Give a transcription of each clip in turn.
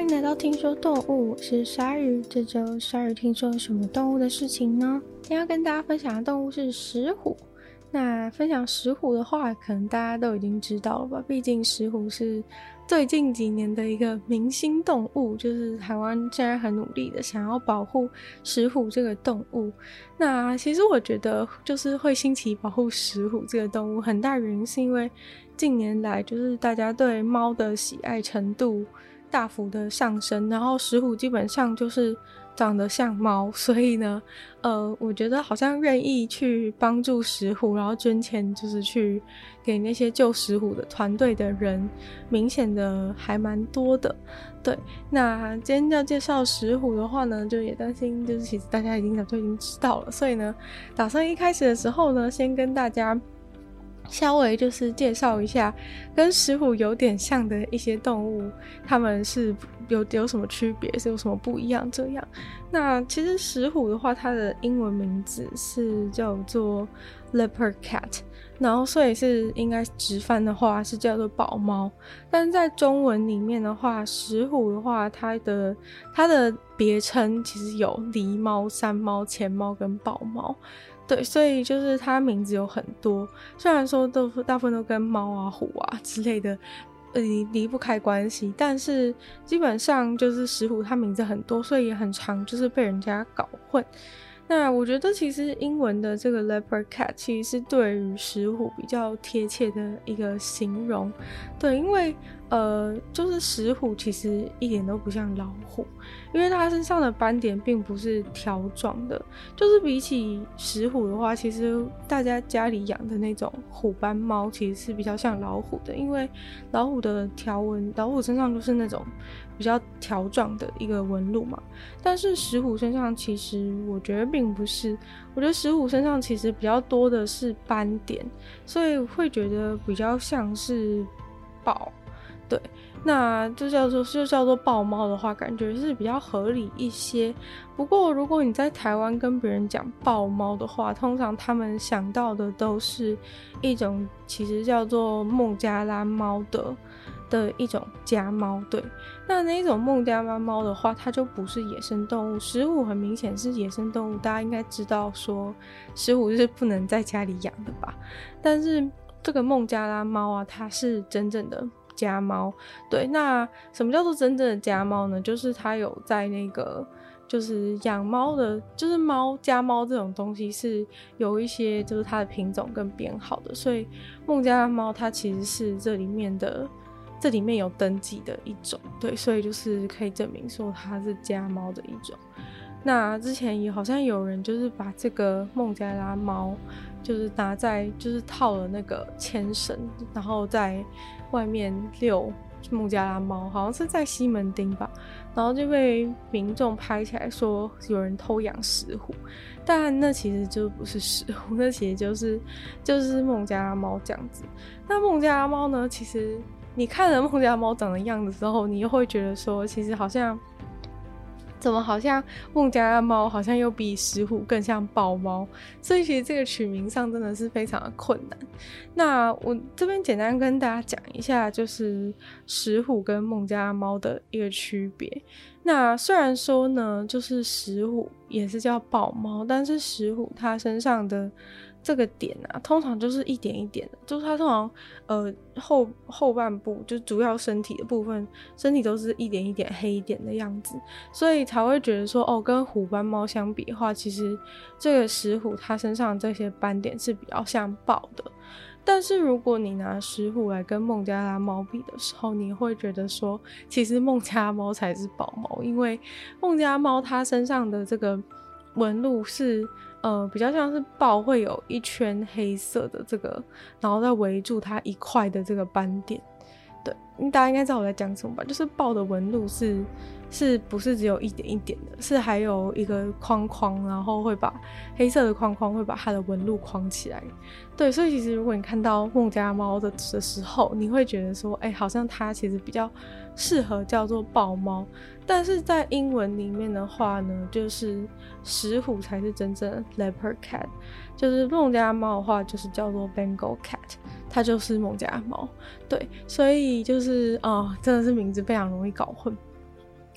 迎来到听说动物，我是鲨鱼。这周鲨鱼听说了什么动物的事情呢？今天要跟大家分享的动物是石虎。那分享石虎的话，可能大家都已经知道了吧，毕竟石虎是最近几年的一个明星动物，就是台湾现在很努力的想要保护石虎这个动物。那其实我觉得就是会兴起保护石虎这个动物，很大原因是因为近年来就是大家对猫的喜爱程度大幅的上升，然后石虎基本上就是长得像猫，所以呢我觉得好像愿意去帮助石虎，然后捐钱就是去给那些救石虎的团队的人明显的还蛮多的。对，那今天要介绍石虎的话呢，就也担心就是其实大家早就已经知道了，所以呢打算一开始的时候呢先跟大家稍微就是介绍一下跟石虎有点像的一些动物，它们是有什么区别，是有什么不一样这样。那其实石虎的话，它的英文名字是叫做 leopard cat， 然后所以是应该直翻的话是叫做宝猫，但是在中文里面的话，石虎的话它的别称其实有狸猫、山猫、钱猫跟宝猫。对，所以就是它名字有很多，虽然说大部分都跟猫啊、虎啊之类的离不开关系，但是基本上就是石虎它名字很多，所以也很常就是被人家搞混。那我觉得其实英文的这个 leopard cat 其实是对于石虎比较贴切的一个形容。对，因为就是石虎其实一点都不像老虎，因为它身上的斑点并不是条状的，就是比起石虎的话，其实大家家里养的那种虎斑猫其实是比较像老虎的，因为老虎的条纹，老虎身上就是那种比较条状的一个纹路嘛，但是石虎身上其实我觉得并不是，我觉得石虎身上其实比较多的是斑点，所以会觉得比较像是豹。对，那就叫做豹猫的话，感觉是比较合理一些。不过如果你在台湾跟别人讲豹猫的话，通常他们想到的都是一种其实叫做孟加拉猫的一种家猫。对，那一种孟加拉猫的话，它就不是野生动物，石虎很明显是野生动物，大家应该知道说石虎是不能在家里养的吧，但是这个孟加拉猫啊，它是真正的家猫。对，那什么叫做真正的家猫呢？就是它有在那个就是养猫的，就是家猫这种东西是有一些就是它的品种跟编号的，所以孟加拉猫它其实是这里面有登记的一种。对，所以就是可以证明说它是家猫的一种。那之前也好像有人就是把这个孟加拉猫就是拿在就是套了那个牵绳，然后在外面遛孟加拉猫，好像是在西门町吧，然后就被民众拍起来说有人偷养石虎，但那其实就不是石虎，那其实就是孟加拉猫这样子。那孟加拉猫呢，其实你看了孟加拉猫长的样子之后，你又会觉得说其实怎么好像孟加拉猫好像又比石虎更像豹猫，所以其实这个取名上真的是非常的困难。那我这边简单跟大家讲一下就是石虎跟孟加拉猫的一个区别。那虽然说呢就是石虎也是叫豹猫，但是石虎它身上的这个点啊，通常就是一点一点的，就是它通常后半部就主要身体的部分，身体都是一点一点黑一点的样子，所以才会觉得说跟虎斑猫相比的话，其实这个石虎它身上这些斑点是比较像豹的。但是如果你拿石虎来跟孟加拉猫比的时候，你会觉得说其实孟加拉猫才是豹猫，因为孟加拉猫它身上的这个纹路是比较像是豹会有一圈黑色的这个，然后再围住它一块的这个斑点。对，大家应该知道我在讲什么吧，就是豹的纹路是不是只有一点一点的，是还有一个框框，然后会把黑色的框框会把它的纹路框起来。对，所以其实如果你看到孟加拉猫的时候，你会觉得说好像它其实比较适合叫做豹猫，但是在英文里面的话呢，就是石虎才是真正的 leopard cat， 就是孟加拉猫的话就是叫做 Bengal cat， 它就是孟加拉猫。对，所以就是真的是名字非常容易搞混。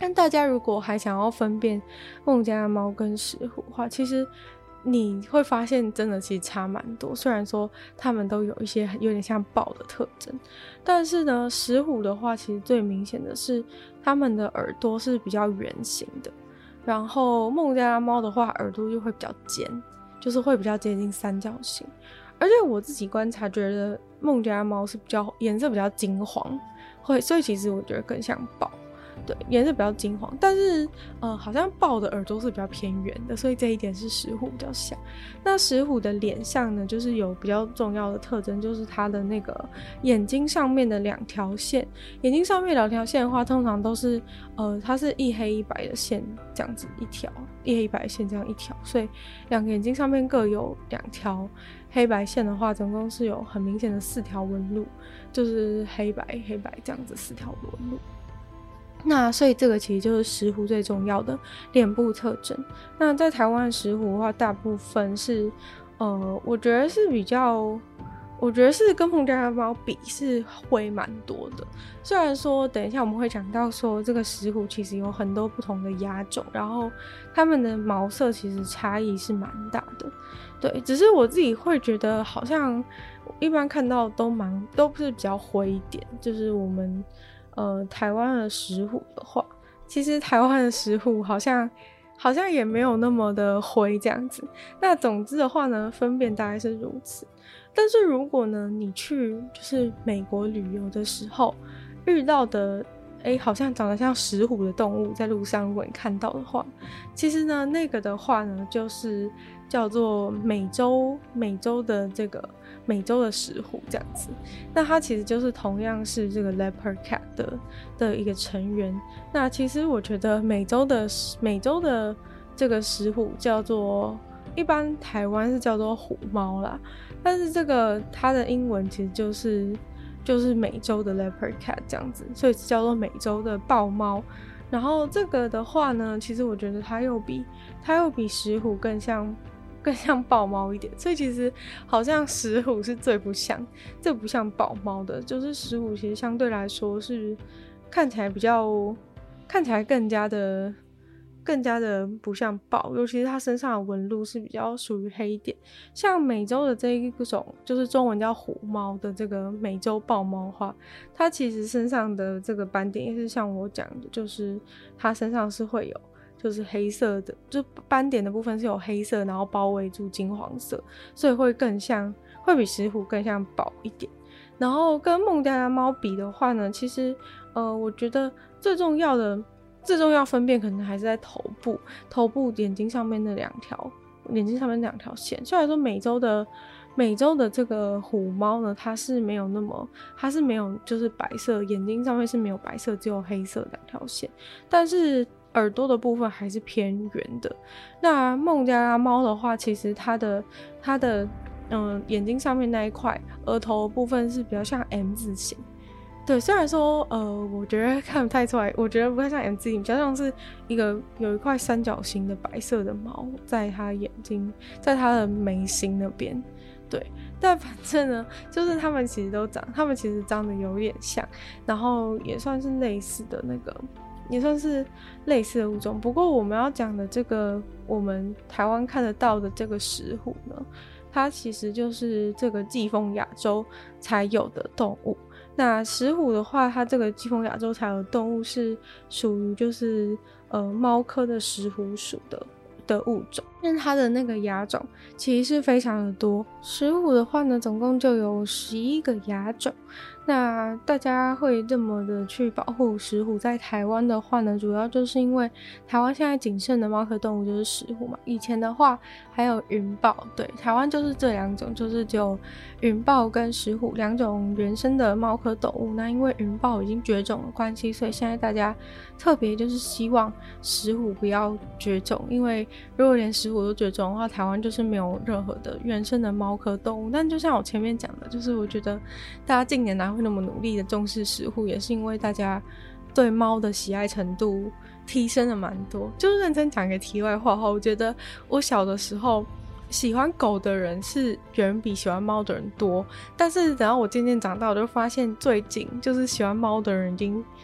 但大家如果还想要分辨孟加拉猫跟石虎的话，其实你会发现真的其实差蛮多。虽然说它们都有一些有点像豹的特征，但是呢石虎的话其实最明显的是它们的耳朵是比较圆形的，然后孟加拉猫的话耳朵就会比较尖，就是会比较接近三角形。而且我自己观察觉得孟加拉猫是比较颜色比较金黄，所以其实我觉得更像豹。对，颜色比较金黄，但是好像豹的耳朵是比较偏圆的，所以这一点是石虎比较像。那石虎的脸上呢，就是有比较重要的特征，就是它的那个眼睛上面的两条线。眼睛上面两条线的话，通常都是它是一黑一白的线这样子一条，一黑一白线这样一条，所以两个眼睛上面各有两条黑白线的话，总共是有很明显的4条纹路，就是黑白黑白这样子4条纹路。那所以这个其实就是石虎最重要的脸部特征。那在台湾的石虎的话，大部分是我觉得是跟孟加拉猫比是灰蛮多的。虽然说等一下我们会讲到说这个石虎其实有很多不同的亚种，然后它们的毛色其实差异是蛮大的。对，只是我自己会觉得好像一般看到都是比较灰一点，就是我们台湾的石虎的话，其实台湾的石虎好像也没有那么的灰这样子。那总之的话呢，分辨大概是如此。但是如果呢你去就是美国旅游的时候遇到的好像长得像石虎的动物，在路上如果你看到的话，其实呢那个的话呢就是叫做美洲的这个美洲的石虎这样子。那它其实就是同样是这个 leopard cat 的一个成员。那其实我觉得美洲的这个石虎叫做，一般台湾是叫做虎猫啦，但是这个它的英文其实就是美洲的 leopard cat 这样子，所以叫做美洲的豹猫。然后这个的话呢，其实我觉得它又比石虎更像豹猫一点，所以其实好像石虎是最不像豹猫的，就是石虎其实相对来说是看起来更加的不像豹，尤其是它身上的纹路是比较属于黑一点。像美洲的这一种就是中文叫虎猫的这个美洲豹猫的话，它其实身上的这个斑点也是像我讲的，就是它身上是会有就是黑色的，就斑点的部分是有黑色，然后包围住金黄色，所以会比石虎更像豹一点。然后跟孟加拉猫比的话呢，其实我觉得最重要分辨可能还是在头部眼睛上面那两条线。虽然说美洲的这个虎猫呢，它是没有就是白色，眼睛上面是没有白色，只有黑色两条线，但是耳朵的部分还是偏圆的。那孟加拉猫的话，其实它的眼睛上面那一块额头的部分是比较像 M 字形。对，虽然说我觉得看不太出来，我觉得不太像 M 字形，比较像是有一块三角形的白色的毛在它眼睛，在它的眉心那边。对，但反正呢，就是他们其实长得有点像，然后也算是类似的物种。不过我们要讲的这个我们台湾看得到的这个石虎呢，它其实就是这个季风亚洲才有的动物。那石虎的话，它这个季风亚洲才有的动物是属于就是猫科的石虎属的物种，但它的那个亚种其实是非常的多。石虎的话呢，总共就有11个亚种。那大家会这么的去保护石虎，在台湾的话呢，主要就是因为台湾现在仅剩的猫科动物就是石虎嘛。以前的话还有云豹，对，台湾就是这两种，就是只有云豹跟石虎两种原生的猫科动物。那因为云豹已经绝种的关系，所以现在大家特别就是希望石虎不要绝种，因为如果连石虎都绝种的话，台湾就是没有任何的原生的猫科动物。但就像我前面讲的，就是我觉得大家近年来会那么努力的重视石虎，也是因为大家对猫的喜爱程度提升了蛮多。就是认真讲一个题外话，我觉得我小的时候喜欢狗的人是远比喜欢猫的人多，但是等到我渐渐长大，我就发现最近就是喜欢猫的人已经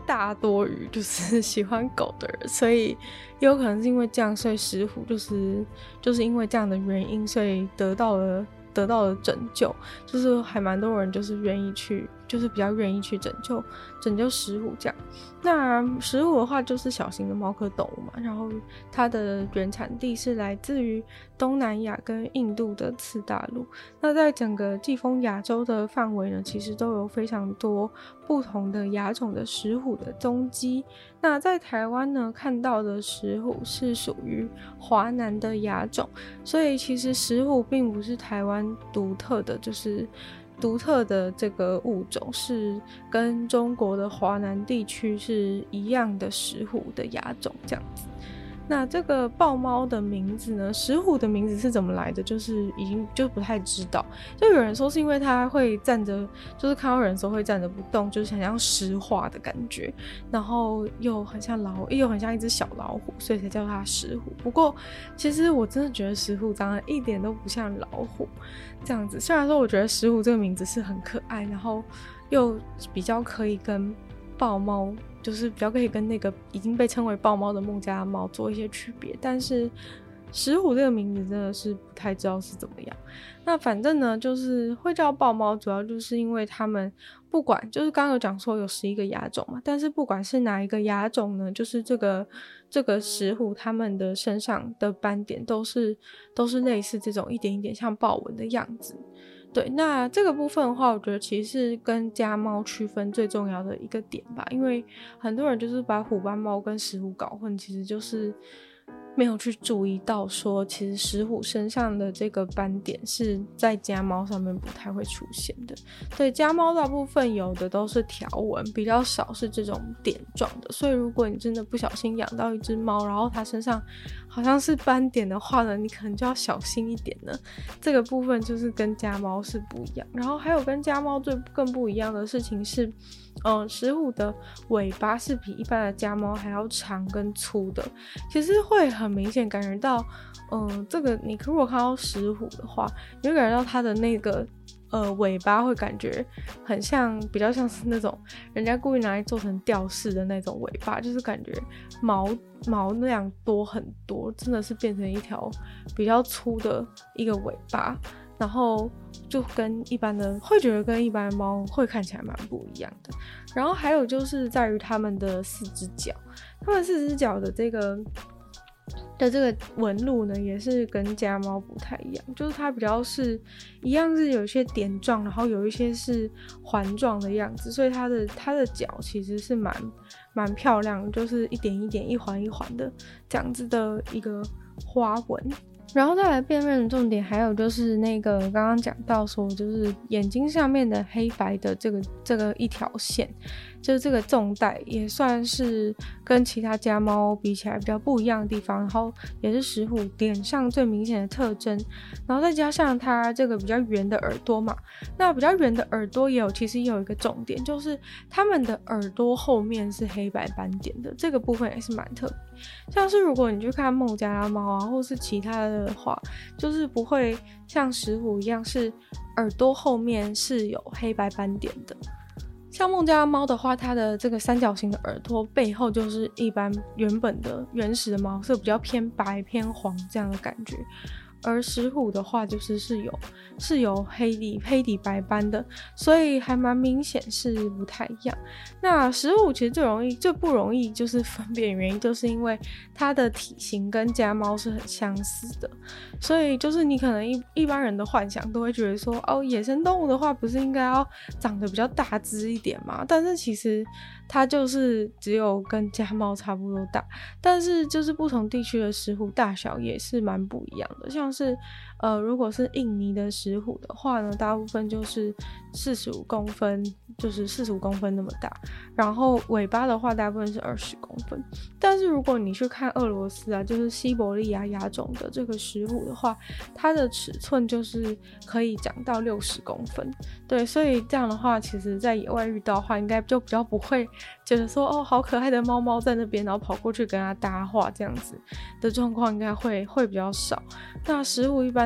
大多于就是喜欢狗的人，所以也有可能是因为这样，所以石虎就是因为这样的原因，所以得到了拯救，就是还蛮多人就是比较愿意去拯救石虎这样。那石虎的话就是小型的猫科动物嘛，然后它的原产地是来自于东南亚跟印度的次大陆。那在整个季风亚洲的范围呢，其实都有非常多不同的亚种的石虎的踪迹。那在台湾呢，看到的石虎是属于华南的亚种，所以其实石虎并不是台湾独特的这个物种，是跟中国的华南地区是一样的石虎的亚种这样子。那这个豹猫的名字呢，石虎的名字是怎么来的，就是已经就不太知道。就有人说是因为它会站着，就是看到人的时候会站着不动，就是很像石化的感觉，然后又很像一只小老虎，所以才叫它石虎。不过其实我真的觉得石虎长得一点都不像老虎这样子。虽然说我觉得石虎这个名字是很可爱，然后又比较可以跟豹猫，就是比较可以跟那个已经被称为豹猫的孟加拉猫做一些区别，但是石虎这个名字真的是不太知道是怎么样。那反正呢，就是会叫豹猫，主要就是因为他们不管就是刚刚有讲说有11个亚种嘛，但是不管是哪一个亚种呢，就是这个石虎它们的身上的斑点都是类似这种一点一点像豹纹的样子。对，那这个部分的话，我觉得其实是跟家猫区分最重要的一个点吧，因为很多人就是把虎斑猫跟石虎搞混，其实就是没有去注意到说，其实石虎身上的这个斑点是在家猫上面不太会出现的。对，家猫大部分有的都是条纹，比较少是这种点状的，所以如果你真的不小心养到一只猫，然后它身上好像是斑点的话呢，你可能就要小心一点呢。这个部分就是跟家猫是不一样。然后还有跟家猫更不一样的事情是，石虎的尾巴是比一般的家猫还要长跟粗的，其实会很明显感觉到，这个你如果看到石虎的话，你会感觉到它的那个尾巴会感觉很像，比较像是那种人家故意拿来做成吊饰的那种尾巴，就是感觉毛那样多很多，真的是变成一条比较粗的一个尾巴，然后就跟一般的会觉得跟一般的猫会看起来蛮不一样的。然后还有就是在于它们的4只脚，它们4只脚的这个纹路呢，也是跟家猫不太一样，就是它比较是一样是有一些点状，然后有一些是环状的样子，所以它的脚其实是蛮漂亮的，就是一点一点一环一环的这样子的一个花纹。然后再来辨认的重点还有就是那个刚刚讲到说，就是眼睛上面的黑白的这个一条线，就是这个纵带也算是跟其他家猫比起来比较不一样的地方，然后也是石虎脸上最明显的特征。然后再加上它这个比较圆的耳朵嘛，那比较圆的耳朵其实也有一个重点，就是它们的耳朵后面是黑白斑点的，这个部分也是蛮特别。像是如果你去看孟加拉猫啊，或是其他的话，就是不会像石虎一样是耳朵后面是有黑白斑点的。像孟加拉猫的话，它的这个三角形的耳朵背后就是一般原本的原始的毛色比较偏白偏黄这样的感觉，而石虎的话是有黑底白斑的，所以还蛮明显是不太一样。那石虎其实最不容易就是分辨原因，就是因为它的体型跟家猫是很相似的，所以就是你可能一般人的幻想都会觉得说，野生动物的话不是应该要长得比较大只一点吗？但是其实它就是只有跟家猫差不多大，但是就是不同地区的石虎大小也是蛮不一样的。像是如果是印尼的石虎的话呢，大部分就是45公分，就是45公分那么大，然后尾巴的话大部分是20公分。但是如果你去看俄罗斯啊，就是西伯利亚亚种的这个石虎的话，它的尺寸就是可以长到60公分。对，所以这样的话，其实在野外遇到的话，应该就比较不会觉得说好可爱的猫猫在那边，然后跑过去跟它搭话这样子的状况，应该会比较少。那石虎一般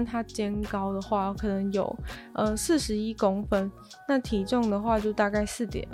它肩高的话可能有41公分，那体重的话就大概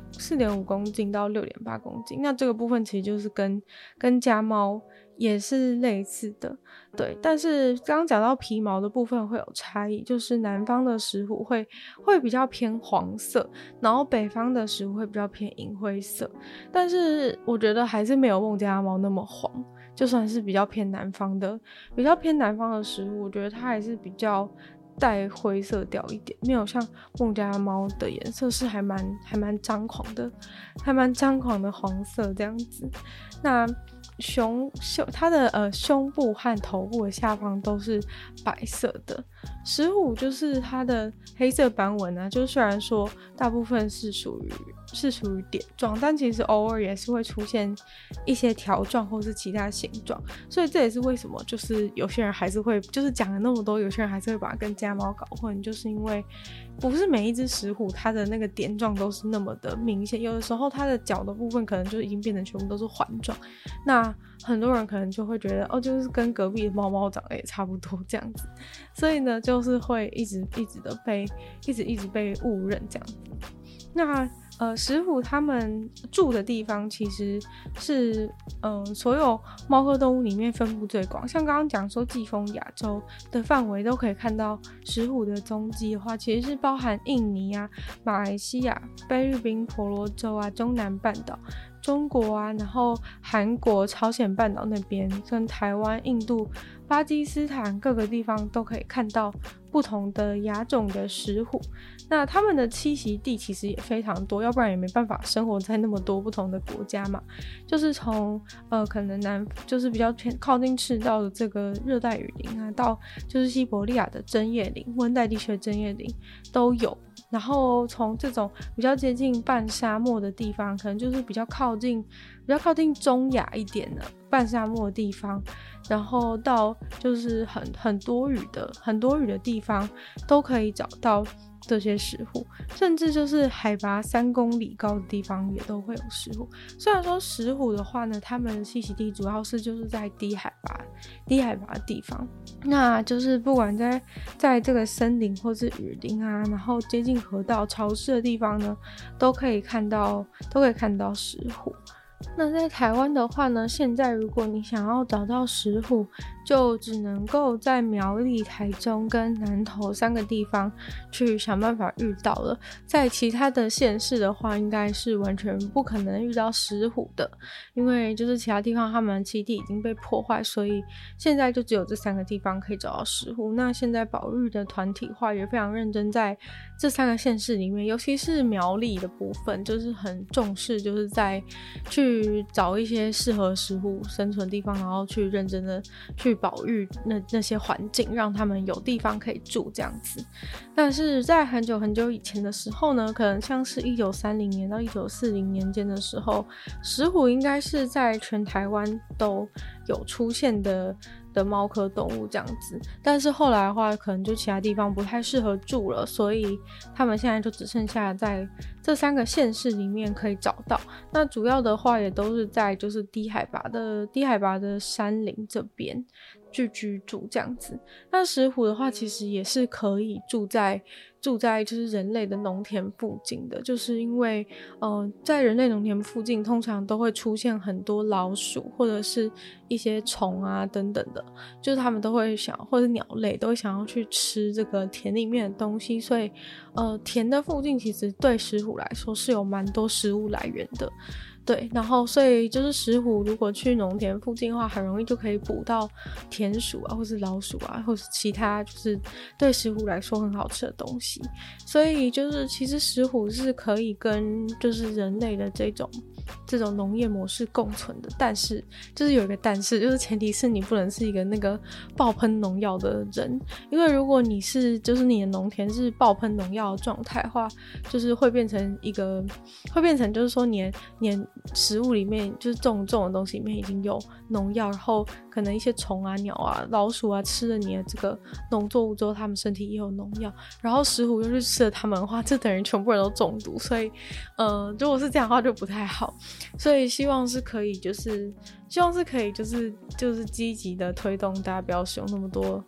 4.5公斤到6.8公斤，那这个部分其实就是跟家猫也是类似的。对，但是刚刚讲到皮毛的部分会有差异，就是南方的石虎会比较偏黄色，然后北方的石虎会比较偏银灰色，但是我觉得还是没有孟加拉猫那么黄，就算是比较偏南方的石虎，我觉得它还是比较带灰色调一点，没有像孟加拉猫的颜色是还蛮张狂的黄色这样子。那它的胸部和头部的下方都是白色的。石虎就是它的黑色斑纹啊，就虽然说大部分是属于点状，但其实偶尔也是会出现一些条状或是其他形状，所以这也是为什么就是有些人还是会就是讲了那么多，有些人还是会把它跟家猫搞混，就是因为不是每一只石虎它的那个点状都是那么的明显，有的时候它的脚的部分可能就已经变成全部都是环状，那很多人可能就会觉得就是跟隔壁的猫猫长得也差不多这样子，所以呢就是会一直被误认这样子。那石虎他们住的地方其实是所有猫科动物里面分布最广，像刚刚讲说季风亚洲的范围都可以看到石虎的踪迹的话，其实是包含印尼啊、马来西亚、菲律宾、婆罗洲啊、中南半岛、中国啊，然后韩国、朝鲜半岛那边跟台湾、印度、巴基斯坦各个地方都可以看到不同的亚种的石虎。那他们的栖息地其实也非常多，要不然也没办法生活在那么多不同的国家嘛。就是从可能就是比较偏靠近赤道的这个热带雨林啊，到就是西伯利亚的针叶林、温带地区的针叶林都有。然后从这种比较接近半沙漠的地方，可能就是比较靠近中亚一点的半沙漠的地方，然后到就是很多雨的地方都可以找到这些石虎，甚至就是海拔3公里高的地方也都会有石虎。虽然说石虎的话呢，它们的栖息地主要是就是在低海拔的地方，那就是不管在这个森林或是雨林啊，然后接近河道潮湿的地方呢，都可以看到石虎。那在台湾的话呢，现在如果你想要找到石虎，就只能够在苗栗、台中跟南投3个地方去想办法遇到了，在其他的县市的话，应该是完全不可能遇到石虎的，因为就是其他地方他们栖地已经被破坏，所以现在就只有这3个地方可以找到石虎。那现在保育的团体化也非常认真，在这3个县市里面，尤其是苗栗的部分，就是很重视，就是在去找一些适合石虎生存的地方，然后去认真的去保育那些环境，让他们有地方可以住这样子。但是在很久很久以前的时候呢，可能像是1930年到1940年间的时候，石虎应该是在全台湾都有出现的猫科动物这样子，但是后来的话可能就其他地方不太适合住了，所以他们现在就只剩下在这3个县市里面可以找到。那主要的话也都是在就是低海拔的山林这边去居住这样子。那石虎的话其实也是可以住在就是人类的农田附近的，就是因为在人类农田附近通常都会出现很多老鼠或者是一些虫啊等等的，就是他们都会或者鸟类都会想要去吃这个田里面的东西，所以田的附近其实对石虎来说是有蛮多食物来源的。对，然后所以就是石虎如果去农田附近的话，很容易就可以捕到田鼠啊，或是老鼠啊，或是其他就是对石虎来说很好吃的东西。所以就是其实石虎是可以跟就是人类的这种农业模式共存的，但是就是有一个但是，就是前提是你不能是一个那个爆喷农药的人，因为如果你是就是你的农田是爆喷农药的状态的话，就是会变成就是说你的食物里面就是种的东西里面已经有农药，然后可能一些虫啊、鸟啊、老鼠啊吃了你的这个农作物之后，他们身体也有农药，然后石虎又去吃了他们的话，这等于全部人都中毒，所以如果是这样的话就不太好。所以希望是可以就是积极的推动大家不要使用那么多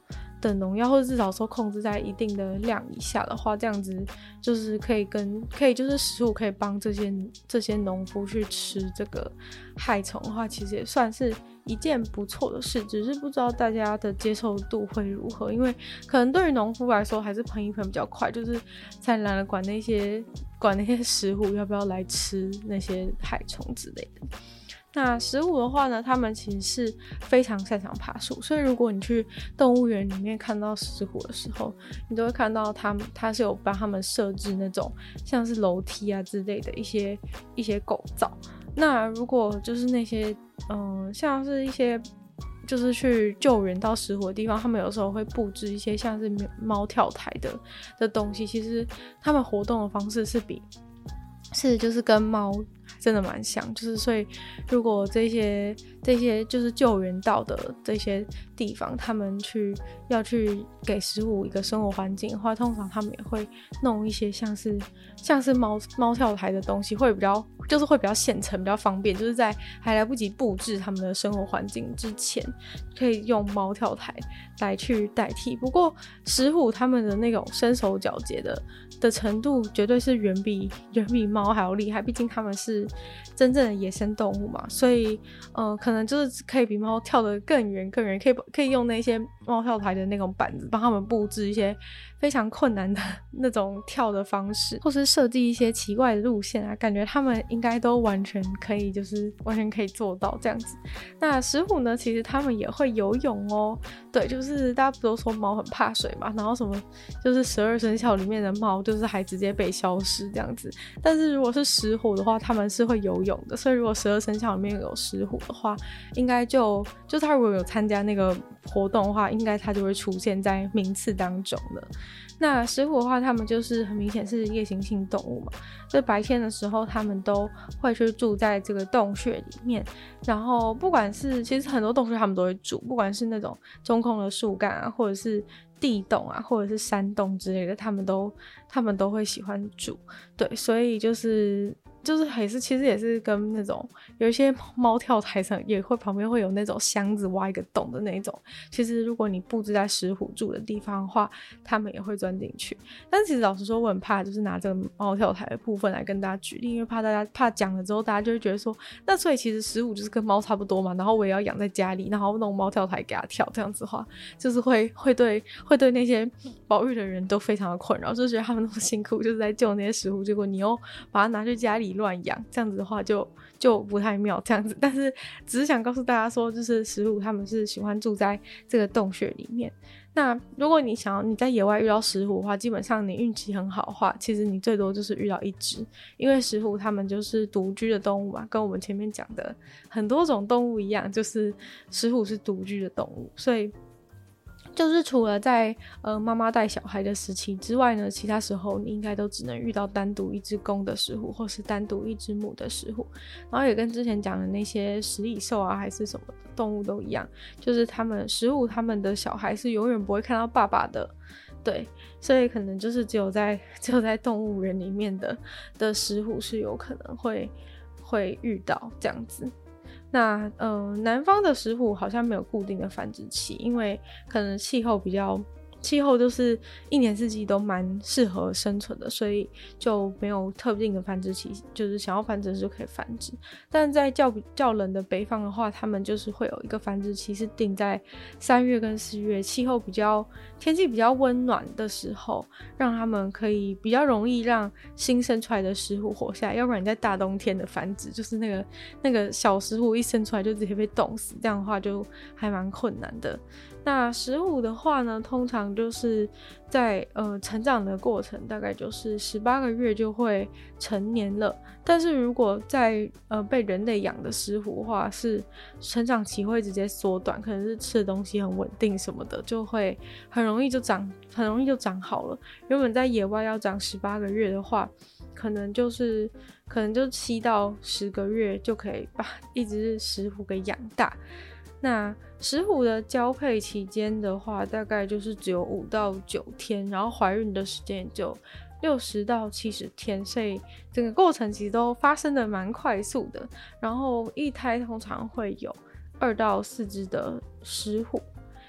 的农药，或者至少说控制在一定的量以下的话，这样子就是可以就是食物可以帮这些农夫去吃这个害虫的话，其实也算是一件不错的事，只是不知道大家的接受度会如何，因为可能对于农夫来说还是喷一喷比较快，就是才懒得管那些石虎要不要来吃那些害虫之类的。那石虎的话呢，他们其实是非常擅长爬树，所以如果你去动物园里面看到石虎的时候，你都会看到它是有帮他们设置那种像是楼梯啊之类的一些构造。那如果就是那些像是一些就是去救援到石虎的地方，他们有时候会布置一些像是猫跳台的东西，其实他们活动的方式就是跟猫真的蛮像，就是所以如果这些就是救援到的这些地方，他们要去给石虎一个生活环境的话，通常他们也会弄一些像是猫跳台的东西，会比较现成，比较方便，就是在还来不及布置他们的生活环境之前，可以用猫跳台来去代替。不过石虎他们的那种身手矫捷的程度，绝对是远比猫还要厉害，毕竟他们是真正的野生动物嘛，所以可能就是可以比猫跳得更远，可以用那些猫跳台的那种板子帮他们布置一些非常困难的那种跳的方式，或是设计一些奇怪的路线啊，感觉他们应该都完全可以做到这样子。那石虎呢，其实他们也会游泳哦，对，就是大家不都说猫很怕水嘛，然后什么就是12生肖里面的猫就是还直接被消失这样子，但是如果是石虎的话，他们是会游泳的，所以如果12生肖里面有石虎的话，应该就他如果有参加那个活动的话，应该他就会出现在名次当中了。那石虎的话，他们就是很明显是夜行性动物嘛，所以白天的时候他们都会去住在这个洞穴里面，然后不管是其实很多洞穴他们都会住，不管是那种中空的树干啊，或者是地洞啊，或者是山洞之类的，他们都会喜欢住。对，所以就是其实也是跟那种有一些猫跳台上也会旁边会有那种箱子挖一个洞的那种，其实如果你布置在石虎住的地方的话，他们也会钻进去。但其实老实说，我很怕就是拿这个猫跳台的部分来跟大家举例，因为怕讲了之后大家就会觉得说，那所以其实石虎就是跟猫差不多嘛，然后我也要养在家里，然后弄猫跳台给它跳，这样子的话就是会对那些保育的人都非常的困扰，就觉得他们那么辛苦就是在救那些石虎，结果你又把它拿去家里乱养，这样子的话就不太妙这样子。但是只是想告诉大家说，就是石虎他们是喜欢住在这个洞穴里面。那如果你在野外遇到石虎的话，基本上你运气很好的话，其实你最多就是遇到一只，因为石虎他们就是独居的动物嘛，跟我们前面讲的很多种动物一样，就是石虎是独居的动物，所以就是除了在妈妈带小孩的时期之外呢，其他时候你应该都只能遇到单独一只公的石虎，或是单独一只母的石虎。然后也跟之前讲的那些食蚁兽啊还是什么的动物都一样，就是石虎他们的小孩是永远不会看到爸爸的。对，所以可能就是只有在动物园里面的石虎是有可能会遇到这样子。那南方的石虎好像没有固定的繁殖期，因为可能气候就是一年四季都蛮适合生存的，所以就没有特定的繁殖期，就是想要繁殖就可以繁殖。但在较冷的北方的话，他们就是会有一个繁殖期是定在3月跟4月，天气比较温暖的时候，让他们可以比较容易让新生出来的石虎活下来，要不然你在大冬天的繁殖，就是那个小石虎一生出来就直接被冻死，这样的话就还蛮困难的。那石虎的话呢，通常就是在成长的过程大概就是18个月就会成年了，但是如果在被人类养的石虎的话，是成长期会直接缩短，可能是吃的东西很稳定什么的，就会很容易就长好了。原本在野外要长18个月的话，可能就7到10个月就可以把一只石虎给养大。那石虎的交配期间的话，大概就是只有5到9天，然后怀孕的时间也就60到70天，所以整个过程其实都发生的蛮快速的。然后一胎通常会有2到4只的石虎。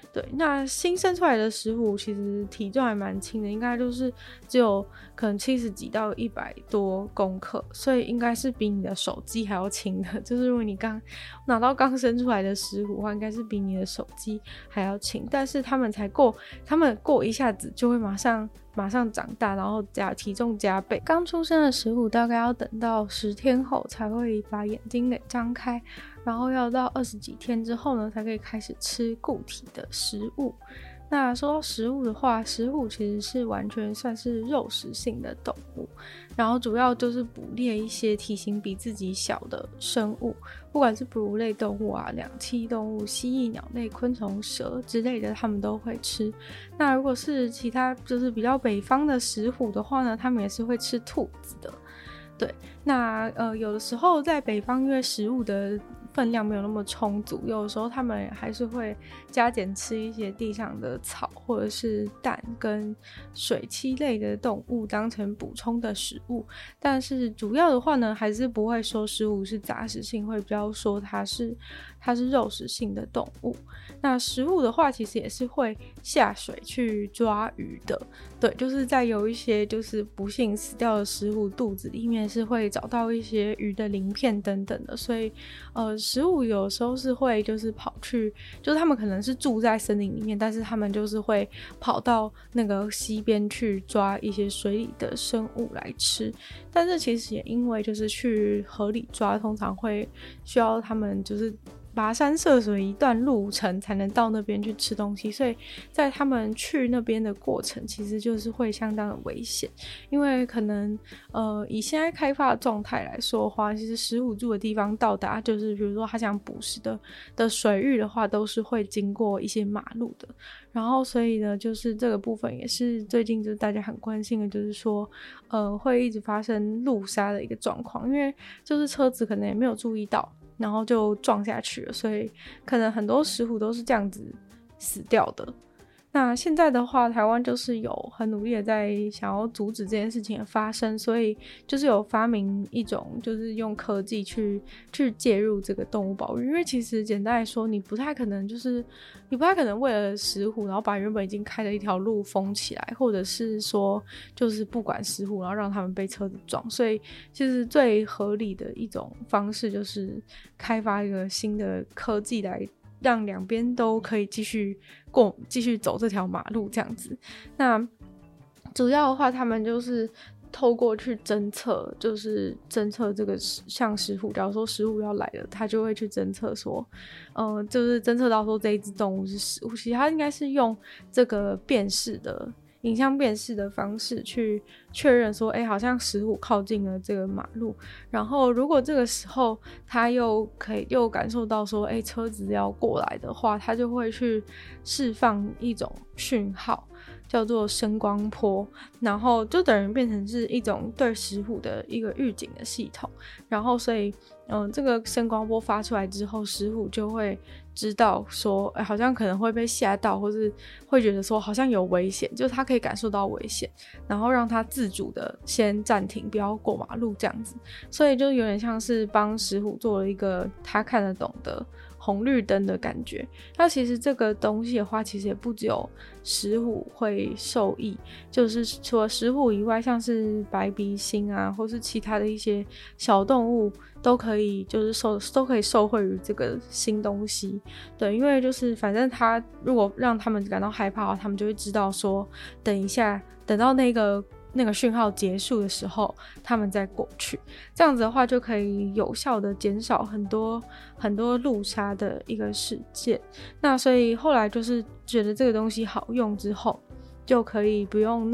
对，那新生出来的石虎其实体重还蛮轻的，应该就是只有可能70几到100多公克，所以应该是比你的手机还要轻的。就是如果你刚拿到刚生出来的石虎的话，应该是比你的手机还要轻。但是他们过一下子就会马上长大，然后体重加倍。刚出生的石虎大概要等到10天后才会把眼睛给张开，然后要到20几天之后呢，才可以开始吃固体的食物。那说到食物的话，石虎其实是完全算是肉食性的动物，然后主要就是捕猎一些体型比自己小的生物，不管是哺乳类动物啊、两栖动物、蜥蜴、鸟类、昆虫、蛇之类的，他们都会吃。那如果是其他就是比较北方的石虎的话呢，他们也是会吃兔子的。对，那有的时候在北方，因为食物的分量没有那么充足，有的时候他们还是会加减吃一些地上的草或者是蛋跟水栖类的动物当成补充的食物，但是主要的话呢，还是不会说食物是杂食性，会比较说它是肉食性的动物。那食物的话其实也是会下水去抓鱼的，对，就是在有一些就是不幸死掉的石虎肚子里面是会找到一些鱼的鳞片等等的，所以石虎有时候是会就是跑去，就是他们可能是住在森林里面，但是他们就是会跑到那个溪边去抓一些水里的生物来吃。但是其实也因为就是去河里抓，通常会需要他们就是跋山涉水一段路程才能到那边去吃东西，所以在他们去那边的过程其实就是会相当的危险，因为可能以现在开发的状态来说的话，其实石虎住的地方到达就是比如说他想捕食的水域的话，都是会经过一些马路的。然后所以呢，就是这个部分也是最近就是大家很关心的，就是说会一直发生路杀的一个状况，因为就是车子可能也没有注意到，然后就撞下去了，所以可能很多石虎都是这样子死掉的。那现在的话，台湾就是有很努力的在想要阻止这件事情的发生，所以就是有发明一种就是用科技去介入这个动物保育。因为其实简单来说，你不太可能为了石虎然后把原本已经开的一条路封起来，或者是说就是不管石虎然后让他们被车子撞，所以其实最合理的一种方式就是开发一个新的科技来让两边都可以继续走这条马路这样子。那主要的话他们就是透过去侦测，就是侦测这个像石虎，假如说石虎要来了，他就会去侦测说就是侦测到说这一只动物是石虎，其实他应该是用这个影像辨识的方式去确认说好像石虎靠近了这个马路，然后如果这个时候他又感受到说车子要过来的话，他就会去释放一种讯号叫做声光波，然后就等于变成是一种对石虎的一个预警的系统。然后所以这个声光波发出来之后，石虎就会知道说好像可能会被吓到，或是会觉得说好像有危险，就是他可以感受到危险，然后让他自主的先暂停，不要过马路这样子。所以就有点像是帮石虎做了一个他看得懂的红绿灯的感觉。那其实这个东西的话，其实也不只有石虎会受益，就是除了石虎以外，像是白鼻心啊，或是其他的一些小动物都可以受惠于这个新东西。对，因为就是反正他如果让他们感到害怕的话，他们就会知道说等一下等到那个讯号结束的时候他们再过去，这样子的话就可以有效的减少很多路杀的一个事件。那所以后来就是觉得这个东西好用之后，就可以不用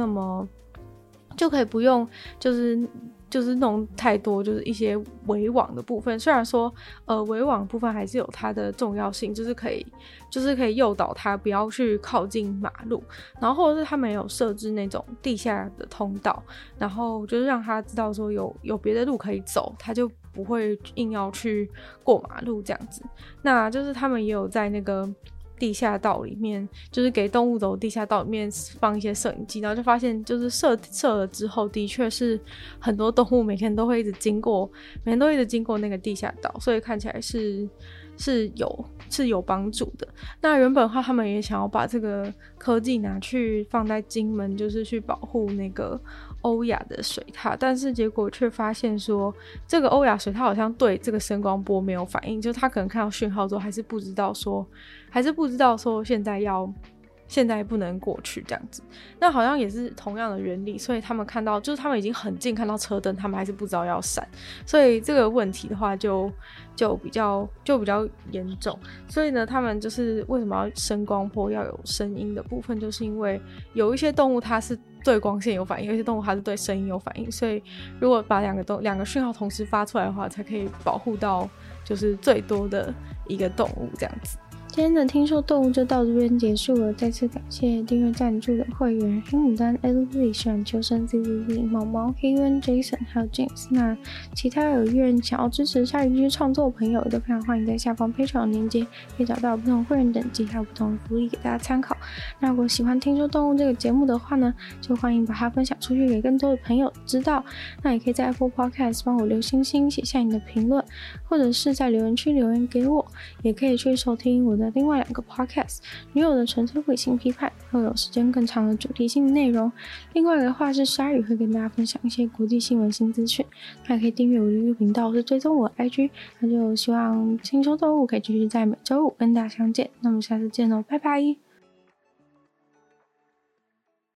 就是弄太多就是一些围网的部分。虽然说围网部分还是有它的重要性，就是可以诱导它不要去靠近马路，然后或者是他们有设置那种地下的通道，然后就是让他知道说有别的路可以走，他就不会硬要去过马路这样子。那就是他们也有在那个地下道里面，就是给动物走地下道里面放一些摄影机，然后就发现就是设了之后，的确是很多动物每天都会一直经过那个地下道，所以看起来是有帮助的。那原本的话他们也想要把这个科技拿去放在金门，就是去保护那个欧亚的水獭，但是结果却发现说这个欧亚水獭好像对这个声光波没有反应，就是他可能看到讯号之后还是不知道说现在不能过去这样子。那好像也是同样的原理，所以他们看到就是他们已经很近看到车灯，他们还是不知道要闪，所以这个问题的话就比较严重。所以呢，他们就是为什么要声光波要有声音的部分，就是因为有一些动物它是对光线有反应，有些动物它是对声音有反应，所以如果把两个讯号同时发出来的话，才可以保护到就是最多的一个动物这样子。今天的听说动物就到这边结束了，再次感谢订阅赞助的会员黑牡丹、LZ、喜欢求生 ZZZ、毛毛、黑渊、Jason 还有 James。那其他有意愿想要支持鲨鱼继续创作的朋友，都非常欢迎在下方 Patreon 链接可以找到不同会员等级还有不同的福利给大家参考。那如果喜欢听说动物这个节目的话呢，就欢迎把它分享出去给更多的朋友知道。那也可以在 Apple Podcast 帮我留星星，写下你的评论，或者是在留言区留言给我，也可以去收听我的另外2个 podcast， 女友的纯粹理性批判会有时间更长的主题性的内容，另外的话是鲨鱼会跟大家分享一些国际新闻新资讯。那也可以订阅我的 YouTube 频道，是追踪我的 IG。那就希望听说动物可以继续在每周五跟大家相见，那么下次见喽，拜拜。